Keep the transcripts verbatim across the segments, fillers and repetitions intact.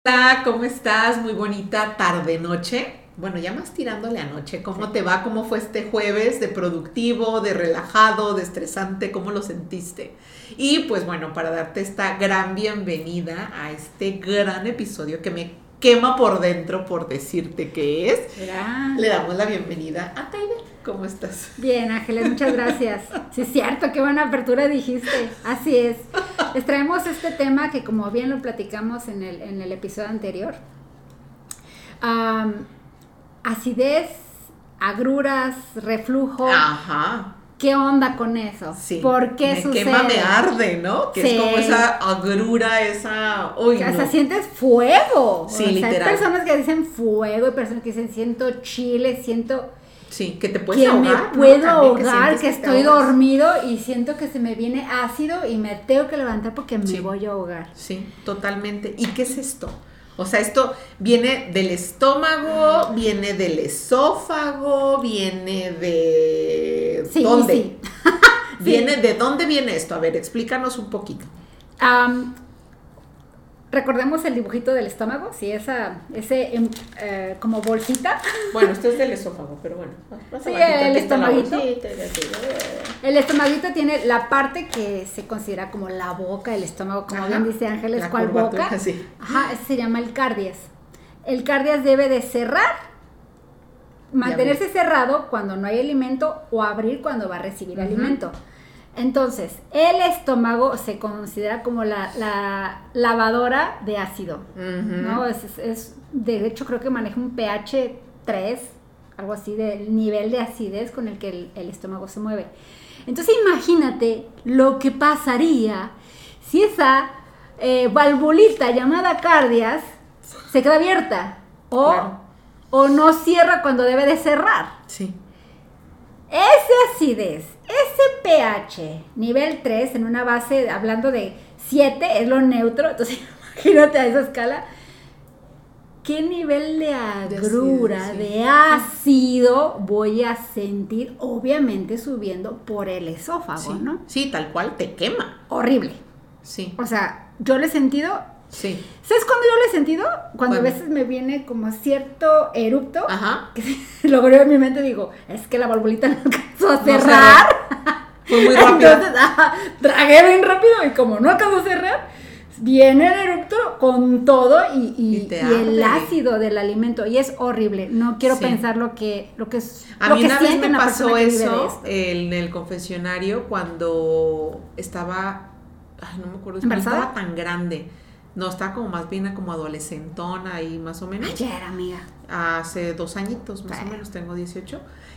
Hola, ¿cómo estás? Muy bonita tarde-noche. Bueno, ya más tirándole a noche. ¿Cómo te va? ¿Cómo fue este jueves? ¿De productivo, de relajado, de estresante? ¿Cómo lo sentiste? Y pues bueno, para darte esta gran bienvenida a este gran episodio que me quema por dentro por decirte que es, Gran. le damos la bienvenida a Taide. ¿Cómo estás? Bien, Ángeles, muchas gracias. Sí, es cierto, qué buena apertura dijiste. Así es. Les traemos este tema que, como bien lo platicamos en el, en el episodio anterior. Um, acidez, agruras, reflujo. Ajá. ¿Qué onda con eso? Sí. ¿Por qué me sucede? quema, me arde, ¿no? Que Sí. es como esa agrura, esa... Uy, Que no. hasta sientes fuego. Sí, o sea, literal. hay personas que dicen fuego, hay personas que dicen siento chile, siento... Sí, que te puedes que ahogar, me ¿no? puedo También que ahogar, sientes que, que te estoy ahogas. dormido y siento que se me viene ácido y me tengo que levantar porque me Sí. voy a ahogar. Sí, totalmente. ¿Y qué es esto? O sea, esto viene del estómago, viene del esófago, viene de... Sí, ¿Dónde? sí. ¿Viene de dónde viene esto? A ver, explícanos un poquito. Um, recordemos el dibujito del estómago, sí, esa, ese em, eh, como bolsita. Bueno, esto es del esófago, pero bueno. Más Sí, abajito, el aquí está la estomaguito. bolsita y así. El estomaguito tiene la parte que se considera como la boca, el estómago, como Ajá. bien dice Ángeles, La ¿cuál curvatura, boca? sí. Ajá, ese se llama el cardias. El cardias debe de cerrar, mantenerse cerrado cuando no hay alimento o abrir cuando va a recibir Ujú. alimento. Entonces, el estómago se considera como la, la lavadora de ácido, Ujú. ¿no? Es, es, es- de hecho, creo que maneja un pH tres, algo así, del nivel de acidez con el que el, el estómago se mueve. Entonces, imagínate lo que pasaría si esa eh, valvulita llamada cardias se queda abierta o, Claro. o no cierra cuando debe de cerrar. Sí. Ese acidez, ese pH, nivel tres, en una base, hablando de siete, es lo neutro, entonces imagínate a esa escala, ¿qué nivel de agrura, acidez, sí. de ácido voy a sentir? Obviamente subiendo por el esófago, Sí. ¿no? Sí, tal cual, te quema. Horrible. Sí. O sea, yo lo he sentido. Sí. ¿Sabes cuándo yo lo he sentido? Cuando a ¿Cuándo? veces me viene como cierto erupto. Ajá. Que luego yo en mi mente digo, es que la valvulita no alcanzó a No cerrar. Fue muy rápido. Entonces, ajá, tragué bien rápido y como no alcanzó a cerrar, viene el erupto con todo y, y, Y te y el arde. ácido del alimento. Y es horrible. No quiero Sí. pensar lo que, lo que es. A lo mí que una vez siente me una pasó persona que vive de eso esto. en el confesionario cuando estaba, ay, no me acuerdo, no ¿Embarazada? estaba tan grande. No, estaba como más bien como adolescentona ahí más o menos. Ayer, amiga. Hace dos añitos, más Sí. o menos, tengo dieciocho.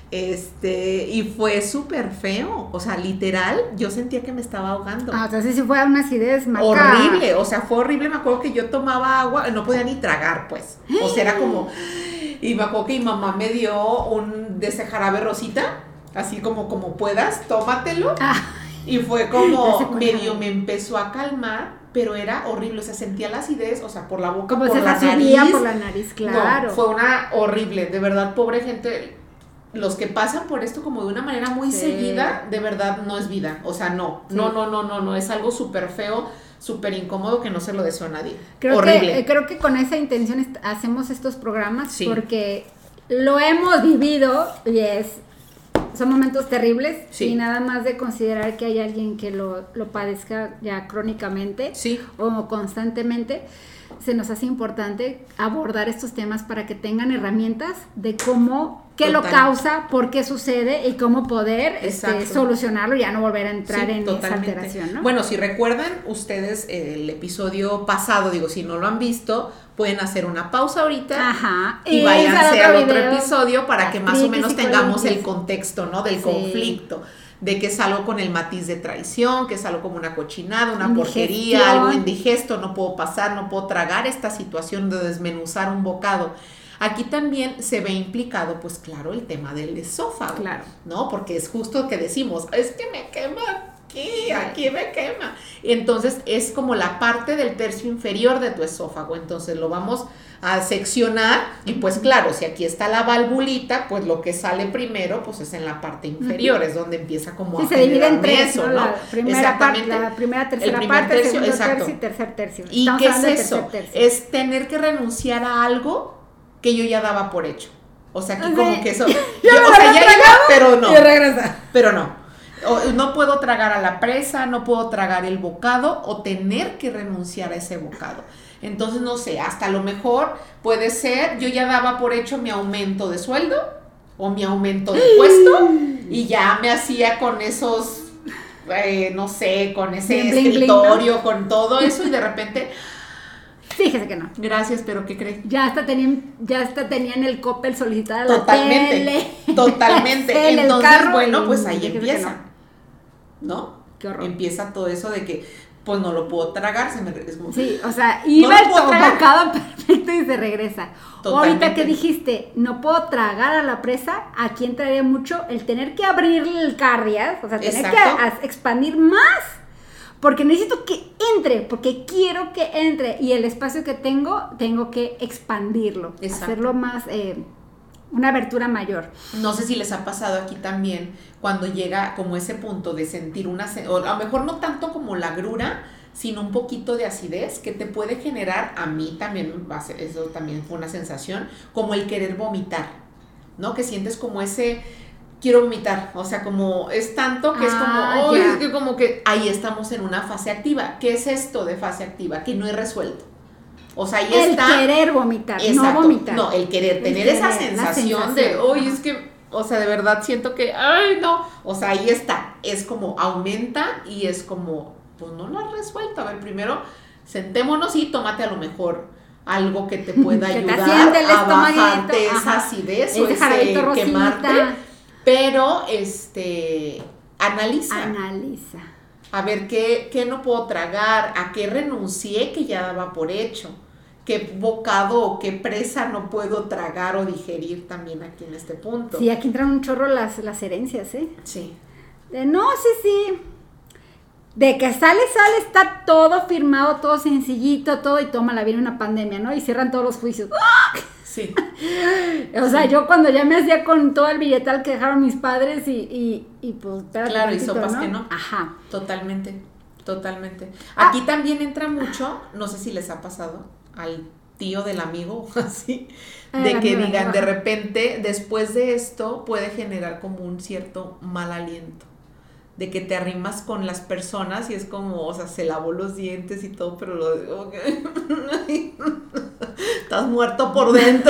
Este, y fue súper feo. O sea, literal, yo sentía que me estaba ahogando. Ah, entonces sí fue una acidez macabra. Horrible, o sea, fue horrible. Me acuerdo que yo tomaba agua, no podía ni tragar, pues. O sea, era como. Y me acuerdo que mi mamá me dio un de ese jarabe rosita, así como, como puedas, tómatelo. Ah, Y fue Ya sé como cuál medio jarabe. me empezó a calmar, pero era horrible. O sea, sentía la acidez, o sea, por la boca, como por se la subía nariz. por la nariz, claro. No, fue una horrible, de verdad, pobre gente. Los que pasan por esto como de una manera muy Sí. seguida, de verdad no es vida. O sea, no, Sí. no, no, no, no, no, es algo súper feo, súper incómodo que no se lo deseo a nadie. Creo horrible. que, eh, creo que con esa intención est- hacemos estos programas Sí. porque lo hemos vivido y es son momentos terribles Sí. y nada más de considerar que hay alguien que lo, lo padezca ya crónicamente Sí. o constantemente, se nos hace importante abordar estos temas para que tengan herramientas de cómo, qué lo Total. causa, por qué sucede y cómo poder este, Exacto. solucionarlo y ya no volver a entrar Sí, en totalmente. esa alteración, ¿no? Bueno, si recuerdan ustedes el episodio pasado, digo, si no lo han visto, pueden hacer una pausa ahorita. Ajá. Y Irse váyanse al al otro otro video. episodio para que más o Artritis menos y tengamos el colitis. contexto, ¿no? Del Sí. conflicto, de que es algo con el matiz de traición, que es algo como una cochinada, una Indigestión. porquería, algo indigesto, no puedo pasar, no puedo tragar esta situación de desmenuzar un bocado. Aquí también se ve implicado, pues claro, el tema del esófago, Claro. ¿no? Porque es justo que decimos, es que me quema aquí, aquí me quema. Entonces es como la parte del tercio inferior de tu esófago, entonces lo vamos a seccionar y pues claro, si aquí está la valvulita, pues lo que sale primero pues es en la parte inferior, uh-huh. es donde empieza como sí, a se divide en tres, eso, ¿no? ¿no? La primera parte, la primera, tercera el parte, tercio, segundo exacto. tercio y tercer tercio. ¿Y Estamos qué es eso? Tercio. Es tener que renunciar a algo que yo ya daba por hecho. O sea, aquí o sea, como que eso, yo, yo, o sea, ya iba, pero no. Y regresa. Pero no. O, no puedo tragar a la presa, no puedo tragar el bocado o tener que renunciar a ese bocado. Entonces, no sé, hasta lo mejor puede ser, yo ya daba por hecho mi aumento de sueldo o mi aumento de puesto y ya me hacía con esos, eh, no sé, con ese bling, escritorio, bling, ¿no? Con todo eso y de repente... Fíjese que no. Gracias, pero ¿qué cree? Ya hasta tenían, ya hasta tenían el Coppel solicitada la totalmente, tele. Totalmente. Tele, entonces, carro, bueno, pues ahí empieza. No. ¿No? Qué horror. Empieza todo eso de que pues no lo puedo tragar, se me es como, sí, o sea, iba no el bocado perfecto y se regresa. Totalmente. Ahorita que dijiste, no puedo tragar a la presa, aquí entraría mucho el tener que abrirle el cardias, o sea, tener Exacto. que a, a expandir más, porque necesito que entre, porque quiero que entre, y el espacio que tengo, tengo que expandirlo, Exacto. hacerlo más... Eh, una abertura mayor. No sé si les ha pasado aquí también cuando llega como ese punto de sentir una, o a lo mejor no tanto como la agrura, sino un poquito de acidez que te puede generar, a mí también, eso también fue una sensación, como el querer vomitar, ¿no? Que sientes como ese, quiero vomitar, o sea, como es tanto que ah, es como, oh, es que como que ahí estamos en una fase activa. ¿Qué es esto de fase activa? Que no he resuelto. O sea, ahí el está. El querer vomitar, exacto, no vomitar. No, el querer, tener el esa querer, sensación, sensación de, oye, es que, o sea, de verdad siento que, ay, no. O sea, ahí está. Es como aumenta y es como, pues no lo has resuelto. A ver, primero, sentémonos y tómate a lo mejor algo que te pueda que ayudar te a bajarte esa Ajá. acidez o ese quemarte. Pero, este, analiza. Analiza. A ver, ¿qué, ¿qué no puedo tragar? ¿A qué renuncié que ya daba por hecho? ¿Qué bocado o qué presa no puedo tragar o digerir también aquí en este punto? Sí, aquí entran un chorro las, las herencias, ¿eh? Sí. De, no, sí, sí. De que sale, sale, está todo firmado, todo sencillito, todo, y tómala, viene una pandemia, ¿no? Y cierran todos los juicios. Sí. O sea, sí. Yo cuando ya me hacía con todo el billetal que dejaron mis padres y, y, y pues... Claro, y sopas ¿no? que no. Ajá. Totalmente, totalmente. Aquí ah. también entra mucho, no sé si les ha pasado, al tío del amigo, así, de ah, que digan, de repente, después de esto, puede generar como un cierto mal aliento. De que te arrimas con las personas y es como, o sea, se lavó los dientes y todo, pero lo digo, okay. Estás muerto por dentro.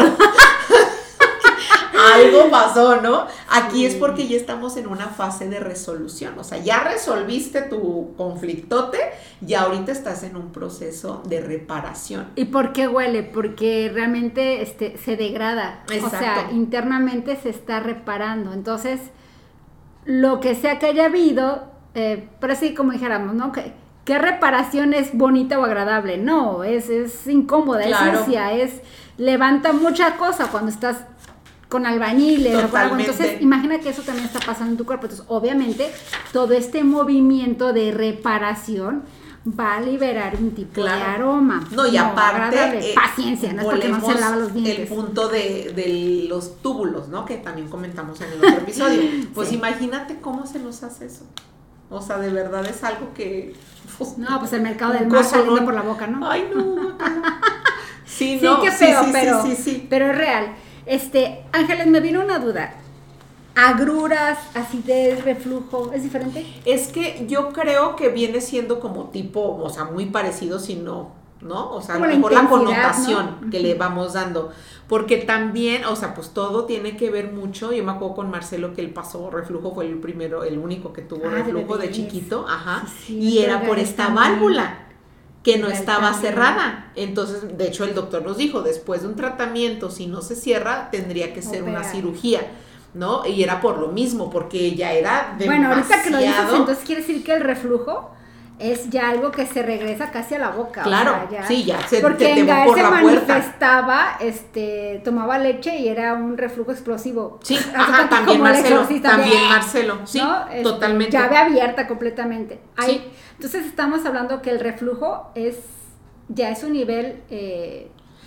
Algo pasó, ¿no? Aquí sí. Es porque ya estamos en una fase de resolución, o sea, ya resolviste tu conflictote y ahorita estás en un proceso de reparación. ¿Y por qué huele? Porque realmente este, se degrada, Exacto. O sea, internamente se está reparando, entonces... Lo que sea que haya habido, eh, pero así como dijéramos, ¿no? ¿Qué, qué reparación es bonita o agradable? No, es, es incómoda, claro. Es sucia, es, levanta mucha cosa cuando estás con albañiles. Totalmente. Entonces, imagina que eso también está pasando en tu cuerpo. Entonces, obviamente, todo este movimiento de reparación va a liberar un tipo claro. de aroma. No, y no, aparte... Eh, paciencia, no es porque no se lava los dientes. El punto de, de los túbulos, ¿no? Que también comentamos en el otro episodio. Pues sí. Imagínate cómo se nos hace eso. O sea, de verdad es algo que... Pues, no, pues el mercado del mar saliendo por la boca, ¿no? Ay, no. no. Sí, sí, no. qué feo, sí, sí, pero, sí, sí, sí. pero es real. Este, Ángeles, me vino una duda. Agruras, acidez, reflujo, ¿es diferente? Es que yo creo que viene siendo como tipo, o sea, muy parecido, si no, ¿no? O sea, a lo mejor la connotación, ¿no? Que le vamos dando, porque también, o sea, pues todo tiene que ver mucho. Yo me acuerdo con Marcelo que él pasó reflujo, fue el primero, el único que tuvo ah, reflujo de, de chiquito, ajá, sí, y era por esta válvula que no estaba cerrada. Entonces, de hecho, el doctor nos dijo, después de un tratamiento, si no se cierra, tendría que ser Opera. una cirugía, ¿no? Y era por lo mismo, porque ya era demasiado. Bueno, ahorita que lo dices, entonces quiere decir que el reflujo es ya algo que se regresa casi a la boca. Claro, o sea, ya, sí, ya se porque te, te Gael por se la manifestaba, este, tomaba leche y era un reflujo explosivo. Sí, ajá, también Marcelo, también Marcelo, sí, ¿no? este, totalmente. Llave abierta completamente. Ahí, sí. Entonces estamos hablando que el reflujo es, ya es un nivel... Eh,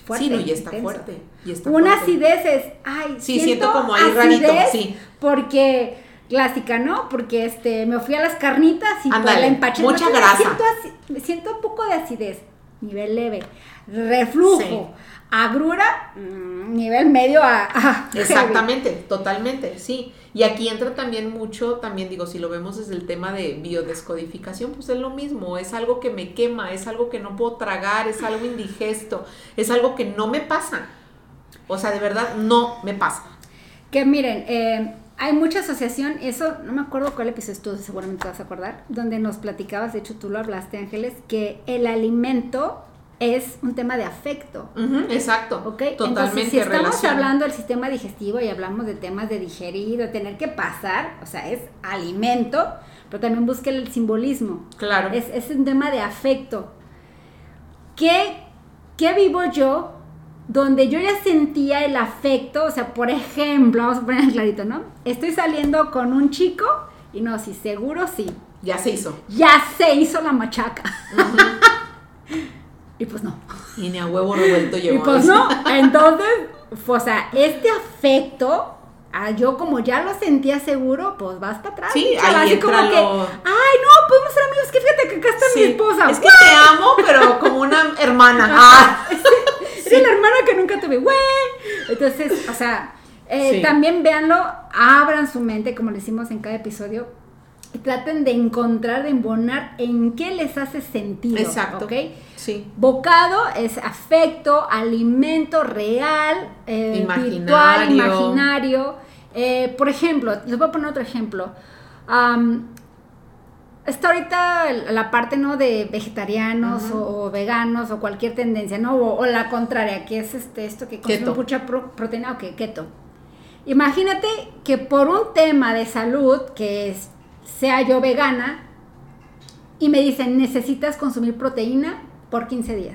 fuerte. Sí, no, y está intenso. fuerte. Y está Una fuerte. acidez es, ay, Sí, siento como ahí rarito, sí. Porque, clásica, ¿no? Porque este, me fui a las carnitas y Ándale, pues la empaché. mucha No, grasa. Siento, así, siento un poco de acidez, nivel leve, reflujo, Sí. agrura, mmm, nivel medio a, a Exactamente, heavy. Totalmente, sí. Y aquí entra también mucho, también digo, si lo vemos desde el tema de biodescodificación, pues es lo mismo, es algo que me quema, es algo que no puedo tragar, es algo indigesto, es algo que no me pasa. O sea, de verdad, no me pasa. Que miren, eh, hay mucha asociación, eso, no me acuerdo cuál episodio tú seguramente te vas a acordar, donde nos platicabas, de hecho tú lo hablaste, Ángeles, que el alimento es un tema de afecto. Uh-huh, exacto, ¿okay? Totalmente. Entonces, si estamos relación. hablando del sistema digestivo y hablamos de temas de digerir, de tener que pasar, o sea, es alimento, pero también busca el simbolismo. Claro. Es, es un tema de afecto. ¿Qué, qué vivo yo donde yo ya sentía el afecto? O sea, por ejemplo, vamos a poner clarito, ¿no? Estoy saliendo con un chico y no, sí, seguro sí. Ya se hizo. Ya se hizo la machaca. Uh-huh. Y pues no. Y ni a huevo revuelto llegó. Y pues no. Entonces, o sea, este afecto, ah, yo como ya lo sentía seguro, pues vas para atrás. Sí, chaval, ahí así como entra que, lo... ay, no, podemos ser amigos, que fíjate que acá está sí. mi esposa. Es que te amo, pero como una hermana. Ah. Sí. Eres la hermana que nunca tuve, güey. Entonces, o sea, eh, sí. también véanlo, abran su mente, como le decimos en cada episodio, y traten de encontrar, de embonar en qué les hace sentido. Exacto. ¿Ok? Sí. Bocado es afecto, alimento real, eh, imaginario. virtual, imaginario. Eh, por ejemplo, les voy a poner otro ejemplo. Um, está ahorita la parte, ¿no?, de vegetarianos, uh-huh, o, o veganos o cualquier tendencia, ¿no? O, o la contraria, que es este esto que consume mucha pro, proteína, ok, keto. Imagínate que por un tema de salud, que es, sea yo vegana, y me dicen, necesitas consumir proteína por quince días.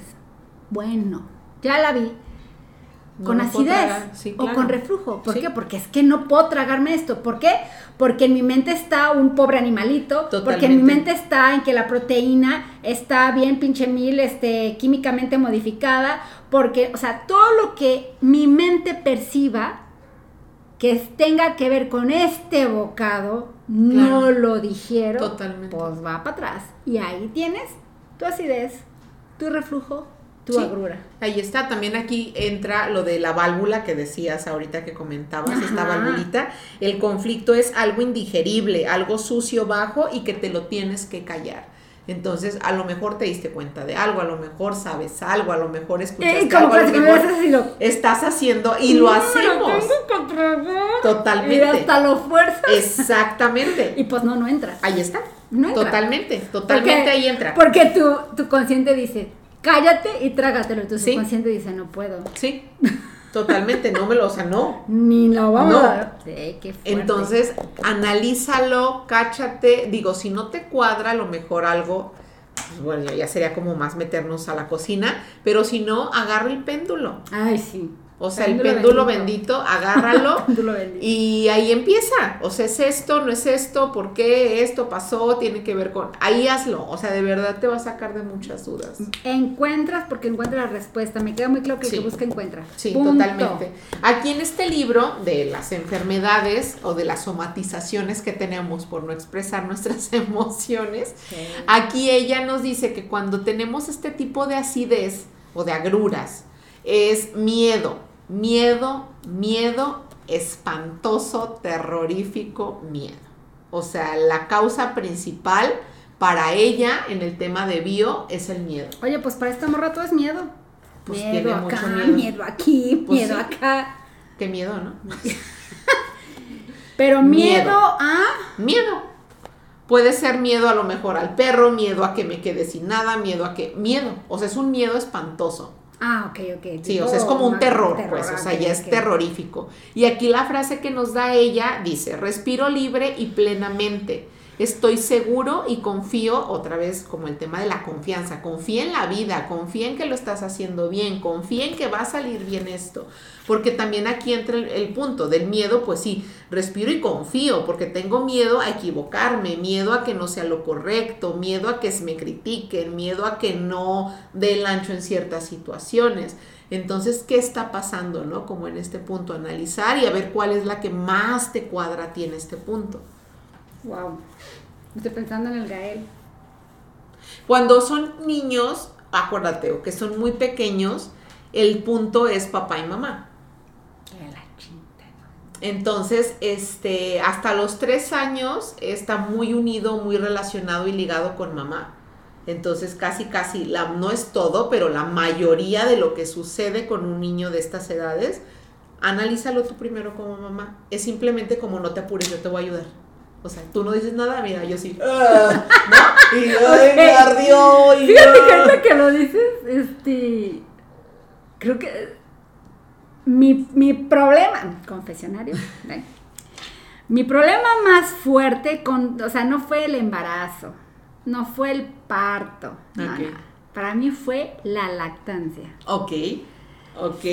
Bueno, ya la vi. No con acidez, sí, claro, o con reflujo. ¿Por sí. qué? Porque es que no puedo tragarme esto. ¿Por qué? Porque en mi mente está un pobre animalito. Totalmente. Porque en mi mente está en que la proteína está bien pinche mil, este, químicamente modificada. Porque, o sea, todo lo que mi mente perciba que tenga que ver con este bocado, claro, no lo digiero. Totalmente. Pues va para atrás. Y ahí tienes tu acidez, tu reflujo, tu sí, agrura. Ahí está, también aquí entra lo de la válvula que decías ahorita que comentabas, ajá, esta valvulita. El conflicto es algo indigerible, algo sucio, bajo y que te lo tienes que callar. Entonces, a lo mejor te diste cuenta de algo, a lo mejor sabes algo, a lo mejor escuchaste eh, algo, a lo mejor lo... estás haciendo y lo hacemos. Lo tengo que tragar. Totalmente. Y hasta lo fuerzas. Exactamente. Y pues no, no entra. Ahí está. No entra. Totalmente, totalmente porque, ahí entra. Porque tu, tu consciente dice, cállate y trágatelo. Tu ¿sí? subconsciente dice, no puedo. Sí. Totalmente, no me lo, o sea, no. Ni lo vamos no. a dar. Sí, qué fuerte. Entonces, analízalo, cáchate. Digo, si no te cuadra, a lo mejor algo, pues bueno, ya sería como más meternos a la cocina. Pero si no, agarra el péndulo. Ay, sí. O sea, péndulo el péndulo bendito, bendito agárralo péndulo bendito. Y ahí empieza. O sea, es esto, no es esto, ¿por qué esto pasó? Tiene que ver con... Ahí hazlo. O sea, de verdad te va a sacar de muchas dudas. Encuentras porque encuentras la respuesta. Me queda muy claro que sí. El que busca encuentra. Sí, punto. Totalmente. Aquí en este libro de las enfermedades o de las somatizaciones que tenemos por no expresar nuestras emociones, sí. Aquí ella nos dice que cuando tenemos este tipo de acidez o de agruras, es miedo, miedo, miedo, espantoso, terrorífico, miedo. O sea, la causa principal para ella en el tema de bio es el miedo. Oye, pues para esta morra todo es miedo. Pues miedo tiene acá, mucho miedo. Miedo aquí, pues miedo sí. acá. Qué miedo, ¿no? Pero miedo, miedo a... Miedo. Puede ser miedo a lo mejor al perro, miedo a que me quede sin nada, miedo a que... Miedo, o sea, es un miedo espantoso. Ah, ok, ok. Sí, o sea, es como un terror, terror pues, o sea, okay, ya es okay. terrorífico. Y aquí la frase que nos da ella dice, respiro libre y plenamente. estoy seguro y confío, otra vez como el tema de la confianza, confía en la vida, confía en que lo estás haciendo bien, confía en que va a salir bien esto, porque también aquí entra el, el punto del miedo, pues sí, respiro y confío, porque tengo miedo a equivocarme, miedo a que no sea lo correcto, miedo a que se me critiquen, miedo a que no dé el ancho en ciertas situaciones. Entonces, ¿qué está pasando, no? Como en este punto, analizar y a ver cuál es la que más te cuadra a ti en este punto. Wow. Estoy pensando en el Gael. Cuando son niños, acuérdate, o que son muy pequeños, el punto es papá y mamá. Entonces, este, hasta los tres años está muy unido, muy relacionado y ligado con mamá. Entonces, casi, casi, la, no es todo, pero la mayoría de lo que sucede con un niño de estas edades, analízalo tú primero como mamá. Es simplemente como no te apures, yo te voy a ayudar. O sea, tú no dices nada, mira, yo sí. Ah, ¿no? Y ay, me ardió. Y fíjate que ahorita que lo dices, este, creo que mi, mi problema, confesionario, ¿eh? Mi problema más fuerte, con, o sea, no fue el embarazo, no fue el parto, no, okay. no, para mí fue la lactancia. Ok, ok.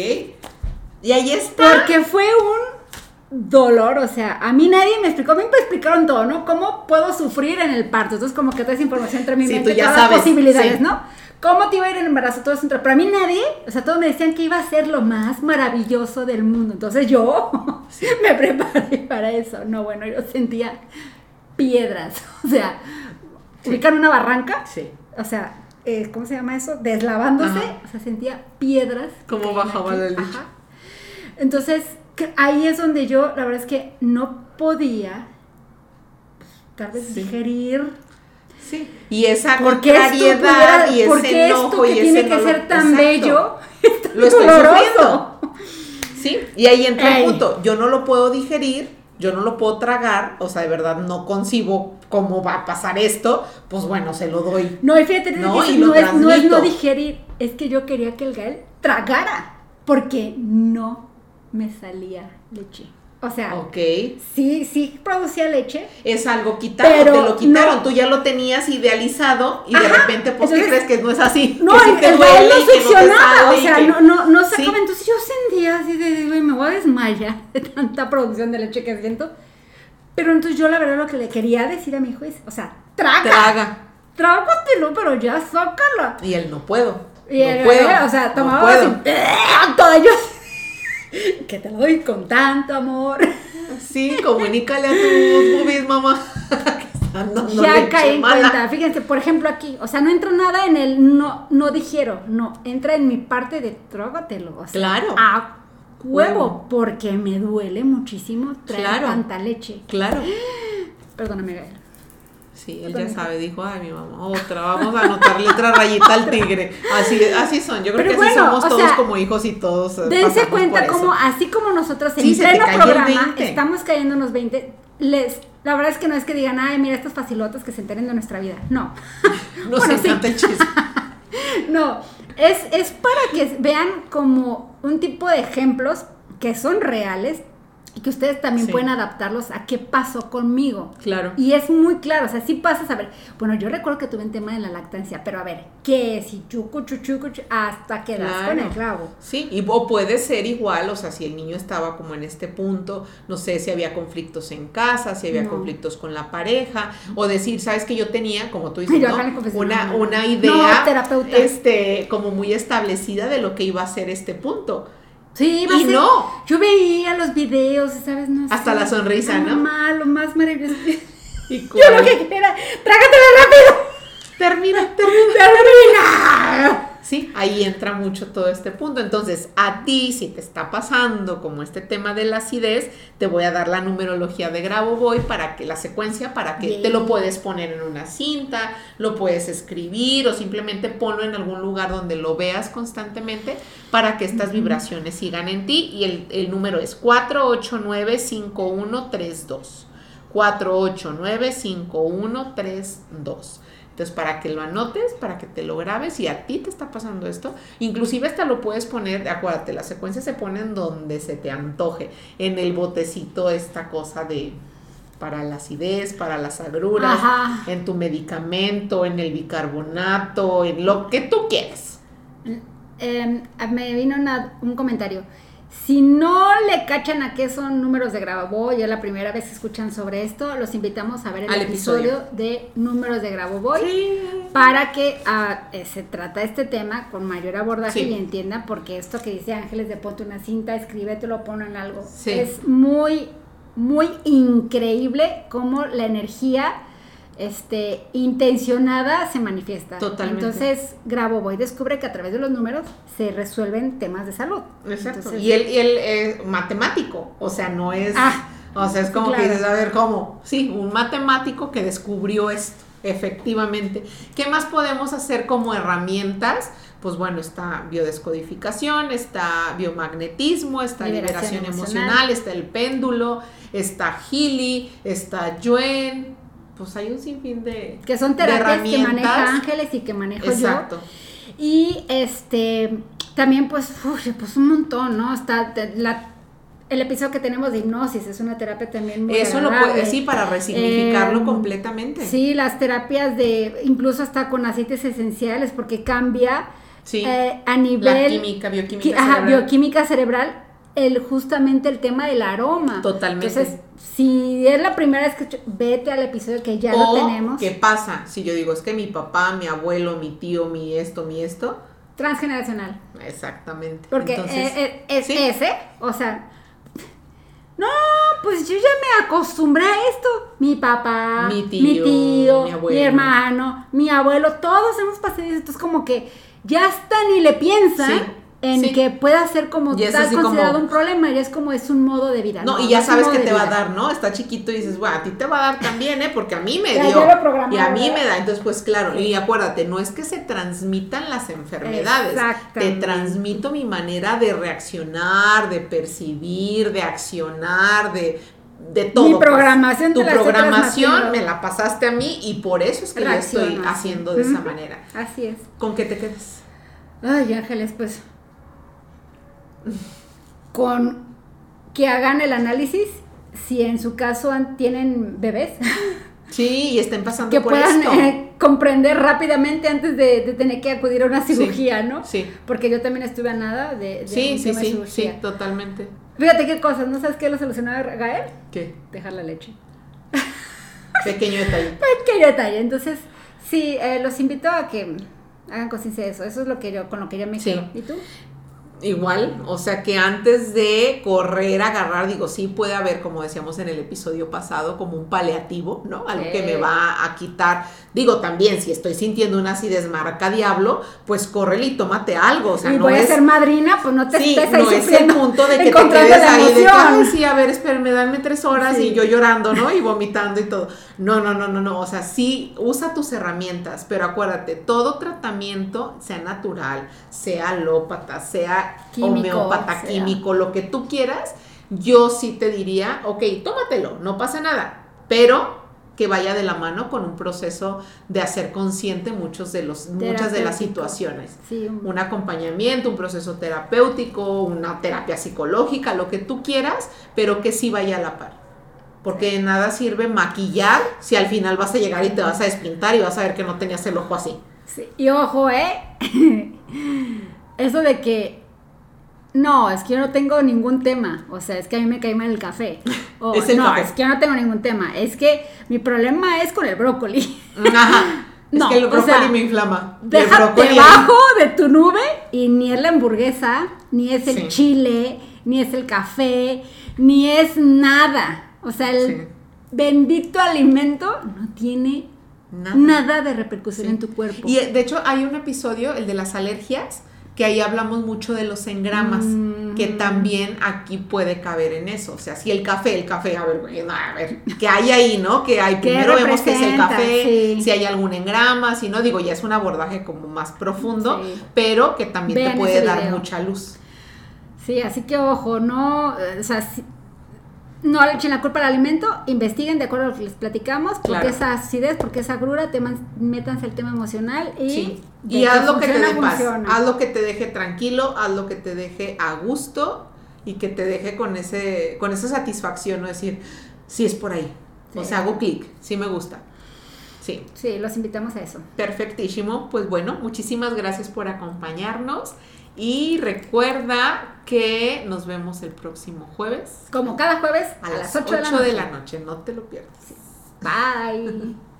Y ahí está. Porque fue un dolor, o sea, a mí nadie me explicó, a mí me explicaron todo, ¿no? ¿Cómo puedo sufrir en el parto? Entonces como que toda esa información entre mi sí, mente, tú ya todas sabes, las posibilidades, sí. ¿no? ¿Cómo te iba a ir en el embarazo? Todo eso, pero a mí nadie, o sea, todos me decían que iba a ser lo más maravilloso del mundo, entonces yo sí. me preparé para eso, no, bueno, yo sentía piedras, o sea, sí. ubican una barranca, sí. o sea, eh, ¿cómo se llama eso? Deslavándose, ajá. o sea, sentía piedras. ¿Cómo bajaba la leche? Ajá. Entonces, ahí es donde yo, la verdad es que no podía, pues, tal vez sí. digerir. Sí. Y esa contrariedad y ese enojo y ese tiene que ser tan exacto. bello, lo estoy sufriendo. Sí, y ahí entra Ey. el punto. Yo no lo puedo digerir, yo no lo puedo tragar, o sea, de verdad no concibo cómo va a pasar esto, pues bueno, se lo doy. No, y fíjate, no, y no, es, no es no digerir, es que yo quería que el Gael tragara, porque no me salía leche. O sea, okay. sí, sí producía leche. Es algo quitado, te lo quitaron, no. Tú ya lo tenías idealizado y Ajá. de repente, pues, Entonces, ¿qué crees que no es así? No, que el, sí el Gael no succionaba, no o sea, que... no, no, no sacaba. Sí. Entonces yo sentía así de, güey, me voy a desmayar de tanta producción de leche que siento. Pero entonces yo la verdad lo que le quería decir a mi hijo es, o sea, traga. Traga. Trágatelo, pero ya sácala. Y él, no puedo, y no él, puedo, o sea, tomaba no así, todo yo que te lo doy con tanto amor. Sí, comunícale a tus boobies, mamá. Ya caí en cuenta. Fíjense, por ejemplo aquí, o sea, no entra nada en el no, no digiero, no, entra en mi parte de trágatelo. O sea, claro. A huevo, uh. porque me duele muchísimo traer claro. tanta leche. Claro. Perdóname, Gael. Sí, él ya sabe, dijo, ay, mi mamá, otra, vamos a anotarle otra rayita al tigre. Así, así son, yo creo Pero que bueno, así somos todos sea, como hijos y todos. Dense cuenta como, así como nosotros en sí, pleno programa estamos cayendo unos veinte, les, la verdad es que no es que digan, ay, mira estas facilotas que se enteren de nuestra vida. No. Nos bueno, encanta sí. el chisme. No, es, es para que vean como un tipo de ejemplos que son reales, y que ustedes también sí. pueden adaptarlos a qué pasó conmigo. Claro. Y es muy claro, o sea, sí pasas a ver, bueno, yo recuerdo que tuve un tema de la lactancia, pero a ver, ¿qué es? Y chucu, chucu, chucu, hasta que das claro. con el clavo. Sí, y, o puede ser igual, o sea, si el niño estaba como en este punto, no sé si había conflictos en casa, si había no. conflictos con la pareja, o decir, ¿sabes que yo tenía, como tú dices, ¿no? una, una idea, no, terapeuta. este, como muy establecida de lo que iba a ser este punto? Sí, y ser, no. Yo veía los videos, ¿sabes? No sé, hasta la sonrisa, ¿no? Mamá, lo más maravilloso. ¿Y yo lo que quería era, trágatela rápido. Termina, termina. Termina. Sí, ahí entra mucho todo este punto. Entonces, a ti, si te está pasando como este tema de la acidez, te voy a dar la numerología de Grabovoi para que la secuencia, para que yeah. te lo puedes poner en una cinta, lo puedes escribir o simplemente ponlo en algún lugar donde lo veas constantemente para que estas uh-huh. vibraciones sigan en ti. Y el, el número es cuatro ocho nueve cinco uno tres dos. cuatro ocho nueve cinco uno tres dos. Entonces, para que lo anotes, para que te lo grabes, y a ti te está pasando esto, inclusive hasta lo puedes poner, acuérdate, la secuencia se pone en donde se te antoje, en el botecito esta cosa de, para la acidez, para las agruras, Ajá. en tu medicamento, en el bicarbonato, en lo que tú quieras. Eh, me vino una, un comentario. Si no le cachan a qué son números de Grabovoi, ya la primera vez que escuchan sobre esto, los invitamos a ver el Al episodio, episodio de números de Grabovoi, Sí. para que ah, eh, se trata este tema con mayor abordaje Sí. y entiendan, porque esto que dice Ángeles de ponte una cinta, escríbetelo, pon en algo, Sí. es muy, muy increíble cómo la energía este, intencionada se manifiesta. Totalmente. Entonces, Grabovoi descubre que a través de los números se resuelven temas de salud. Exacto. Entonces, y él, y él es matemático, o sea, no es... Ah, o sea, es como claro. que dices, a ver, ¿cómo? Sí, un matemático que descubrió esto, efectivamente. ¿Qué más podemos hacer como herramientas? Pues bueno, está biodescodificación, está biomagnetismo, está liberación, Liberación emocional, emocional. está el péndulo, está Healy, está Yuen, pues hay un sinfín de que son de terapias que herramientas. maneja Ángeles y que manejo Exacto. yo. Y este también pues, uf, pues un montón, ¿no? Está te- la, el episodio que tenemos de hipnosis, es una terapia también muy Eso lo agradable. puede, sí, para resignificarlo Eh, completamente. Sí, las terapias de, incluso hasta con aceites esenciales, porque cambia Sí. eh, a nivel La química, bioquímica qui- ajá, cerebral. bioquímica cerebral, el, justamente el tema del aroma. Totalmente. Entonces, si es la primera vez que escucho- vete al episodio que ya O, lo tenemos. ¿qué pasa? Si yo digo, es que mi papá, mi abuelo, mi tío, mi esto, mi esto. Transgeneracional. Exactamente. Porque Entonces, eh, eh, es sí. ese, o sea, no, pues yo ya me acostumbré a esto. Mi papá, Mi tío, mi, tío, mi mi, abuelo. hermano, mi abuelo, todos hemos pasado eso. Entonces, como que ya hasta ni le piensan Sí, en sí. que pueda ser como Y es tal así considerado como- un problema, ya es como es un modo de vida. No, y ya es un sabes modo que de te va a vida. dar, ¿no? Está chiquito y dices, bueno, a ti te va a dar también, ¿eh? Porque a mí me Ya, dio. ya lo programaron, Y a mí ¿verdad? me da. Entonces, pues claro, y acuérdate, no es que se transmitan las enfermedades. Te Exactamente. transmito mi manera de reaccionar, de percibir, de accionar, de, de todo. Mi pues. programación te Tu la estoy programación transmitiendo. me la pasaste a mí y por eso es que yo estoy Reacciono, así. haciendo de esa Ujú. manera. Así es. ¿Con qué te quedas? Ay, Ángeles, pues con que hagan el análisis si en su caso han- tienen bebés, Sí, y estén pasando que por puedan esto. eh, comprender rápidamente antes de, de tener que acudir a una cirugía, ¿no? Sí, Porque yo también estuve a nada de, de sí, un sí, tema de sí, sí, cirugía. totalmente. Fíjate qué cosas, ¿no sabes qué lo solucionó Gael? ¿Qué? Dejar la leche. Pequeño detalle. Pequeño detalle. Entonces, sí, eh, los invito a que hagan conciencia de eso. Eso es lo que yo, con lo que yo me Sí. quedo. ¿Y tú? Igual, o sea que antes de correr, agarrar, digo, sí puede haber, como decíamos en el episodio pasado, como un paliativo, ¿no? Algo que me Sí. va a quitar. Digo, también, si estoy sintiendo una acidez marca diablo, pues córrele y tómate algo, o sea, y no voy es... a ser madrina, pues no te Sí, estés ahí no es el sufriendo, punto de que te encontrando quedes la ahí de que, emoción. ay, sí, a ver, espérame, dame tres horas Sí. y yo llorando, ¿no? Y vomitando y todo. No, no, no, no, no, o sea, sí, usa tus herramientas, pero acuérdate, todo tratamiento, sea natural, sea alópata, sea Químico, homeópata, sea. químico, lo que tú quieras, yo sí te diría, ok, tómatelo, no pasa nada, pero que vaya de la mano con un proceso de hacer consciente muchos de los, muchas de las Terapéutico. situaciones. Sí, un- Un acompañamiento, un proceso terapéutico, una terapia psicológica, lo que tú quieras, pero que sí vaya a la par. Porque de nada sirve maquillar si al final vas a llegar y te vas a despintar y vas a ver que no tenías el ojo así. sí. Y ojo, ¿eh? Eso de que no, es que yo no tengo ningún tema. O sea, es que a mí me cae mal el café. O, Es el no, café. es que yo no tengo ningún tema. Es que mi problema es con el brócoli. Ajá. No, es que el o brócoli sea, me inflama. Y el Déjate brócoli ahí- bajo de tu nube y ni es la hamburguesa, ni es el Sí. chile, ni es el café, ni es nada. O sea, el Sí. bendito alimento no tiene Nada. nada, de repercusión Sí. en tu cuerpo. Y eh, de hecho hay un episodio, el de las alergias, que ahí hablamos mucho de los engramas, Mm. que también aquí puede caber en eso. O sea, si el café, el café, a ver, güey, no, a ver, ¿qué hay ahí, no? Que hay, ¿Qué primero vemos que es el representa? café, Sí. si hay algún engrama, si no, digo, ya es un abordaje como más profundo, Sí. pero que también Vean te puede ese dar video. mucha luz. Sí, así que ojo, no, eh, o sea, si- no le echen la culpa al alimento, investiguen de acuerdo a lo que les platicamos, porque Claro. esa acidez, porque esa agrura, teman- métanse el tema emocional y, Sí. de Y haz lo que te funciona, dé paz, funciona. haz lo que te deje tranquilo, haz lo que te deje a gusto y que te deje con ese con esa satisfacción, no decir, sí es por ahí. Sí. O sea, hago clic, sí me gusta. Sí. Sí, los invitamos a eso. Perfectísimo. Pues bueno, muchísimas gracias por acompañarnos. Y recuerda que nos vemos el próximo jueves. Como cada jueves a, a las ocho de la noche. De la noche. No te lo pierdas. Bye.